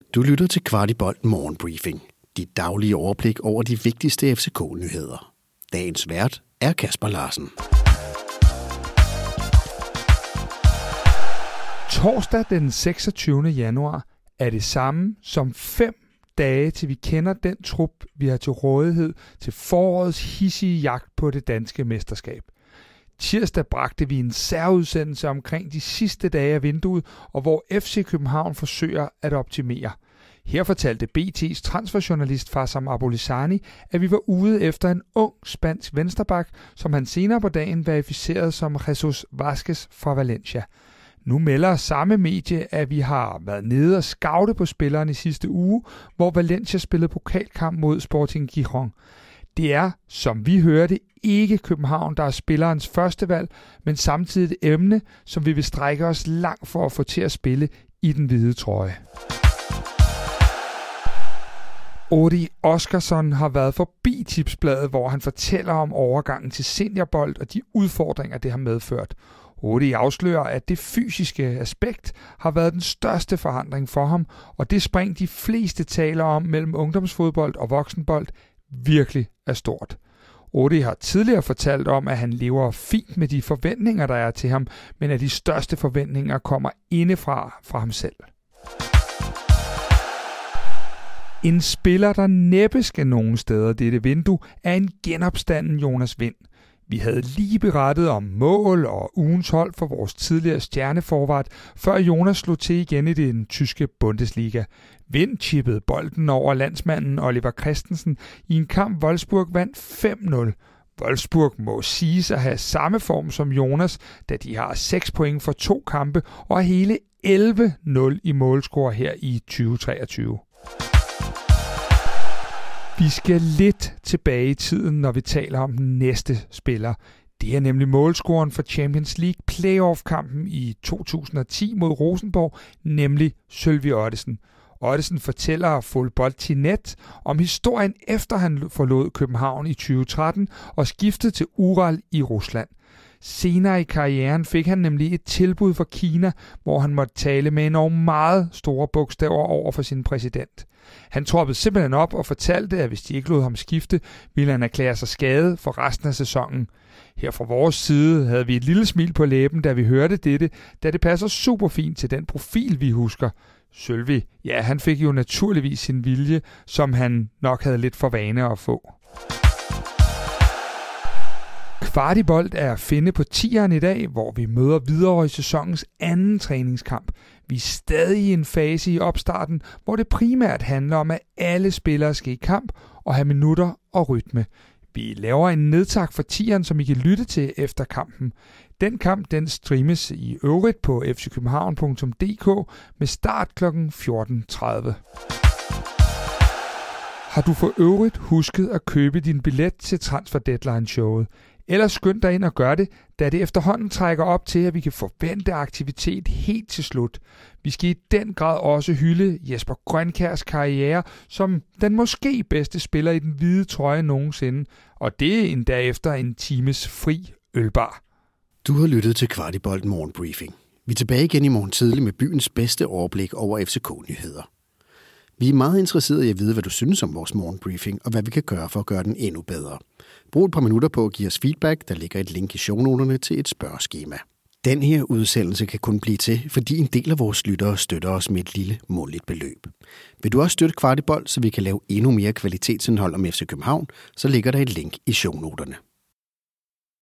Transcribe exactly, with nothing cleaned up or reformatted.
Du lytter til Kvartibolt Morgenbriefing. Dit daglige overblik over de vigtigste F C K-nyheder. Dagens vært er Kasper Larsen. Torsdag den seksogtyvende januar er det samme som fem dage, til vi kender den trup, vi har til rådighed til forårets hidsige jagt på det danske mesterskab. Tirsdag bragte vi en særudsendelse omkring de sidste dage af vinduet, og hvor F C København forsøger at optimere. Her fortalte B T's transferjournalist Farzam Abolizani, at vi var ude efter en ung spansk venstreback, som han senere på dagen verificerede som Jesus Vázquez fra Valencia. Nu melder samme medie, at vi har været nede og scoute på spilleren i sidste uge, hvor Valencia spillede pokalkamp mod Sporting Gijón. Det er, som vi hørte, ikke København, der er spillerens første valg, men samtidig et emne, som vi vil strække os langt for at få til at spille i den hvide trøje. Odi Oskarsson har været forbi Tipsbladet, hvor han fortæller om overgangen til seniorbold og de udfordringer, det har medført. Odi afslører, at det fysiske aspekt har været den største forandring for ham, og det spring, de fleste taler om mellem ungdomsfodbold og voksenbold, virkelig er stort. Odi har tidligere fortalt om, at han lever fint med de forventninger, der er til ham, men at de største forventninger kommer indefra fra ham selv. En spiller, der næppe skal nogen steder dette vindue, er en genopstanden Jonas Wind. Vi havde lige berettet om mål og ugens hold for vores tidligere stjerneforward, før Jonas slog til igen i den tyske Bundesliga. Wind chippede bolden over landsmanden Oliver Christensen i en kamp, Wolfsburg vandt fem nul. Wolfsburg må siges at have samme form som Jonas, da de har seks point for to kampe og hele elleve nul i målscore her i tyve treogtyve. Vi skal lidt tilbage i tiden, når vi taler om den næste spiller. Det er nemlig målscoren for Champions League playoff-kampen i to tusind og ti mod Rosenborg, nemlig Sølvi Ottesen. Ottesen fortæller Fodbold.net om historien efter han forlod København i tyve tretten og skiftede til Ural i Rusland. Senere i karrieren fik han nemlig et tilbud fra Kina, hvor han måtte tale med enormt meget store bogstaver over for sin præsident. Han troppede simpelthen op og fortalte, at hvis de ikke lod ham skifte, ville han erklære sig skadet for resten af sæsonen. Her fra vores side havde vi et lille smil på læben, da vi hørte dette, da det passer super fint til den profil, vi husker. Sølvi, ja, han fik jo naturligvis sin vilje, som han nok havde lidt for vane at få. Kvartibolt er at finde på tieren i dag, hvor vi møder videre i sæsonens anden træningskamp. Vi er stadig i en fase i opstarten, hvor det primært handler om, at alle spillere skal i kamp og have minutter og rytme. Vi laver en nedtak for tieren, som I kan lytte til efter kampen. Den kamp den streames i øvrigt på f c københavn punktum d k med start klokken fjorten tredive. Har du for øvrigt husket at købe din billet til Transfer Deadline-showet? Ellers skynd dig ind og gør det, da det efterhånden trækker op til, at vi kan forvente aktivitet helt til slut. Vi skal i den grad også hylde Jesper Grønkjærs karriere som den måske bedste spiller i den hvide trøje nogensinde, og det er endda efter en times fri ølbar. Du har lyttet til Kvartibolt Morgenbriefing. Vi er tilbage igen i morgen tidlig med byens bedste overblik over F C K-nyheder. Vi er meget interesserede i at vide, hvad du synes om vores morgenbriefing, og hvad vi kan gøre for at gøre den endnu bedre. Brug et par minutter på at give os feedback. Der ligger et link i shownoterne til et spørgeskema. Den her udsendelse kan kun blive til, fordi en del af vores lyttere støtter os med et lille månedligt beløb. Vil du også støtte Kvartibolt, så vi kan lave endnu mere kvalitetsindhold om F C København, så ligger der et link i shownoterne.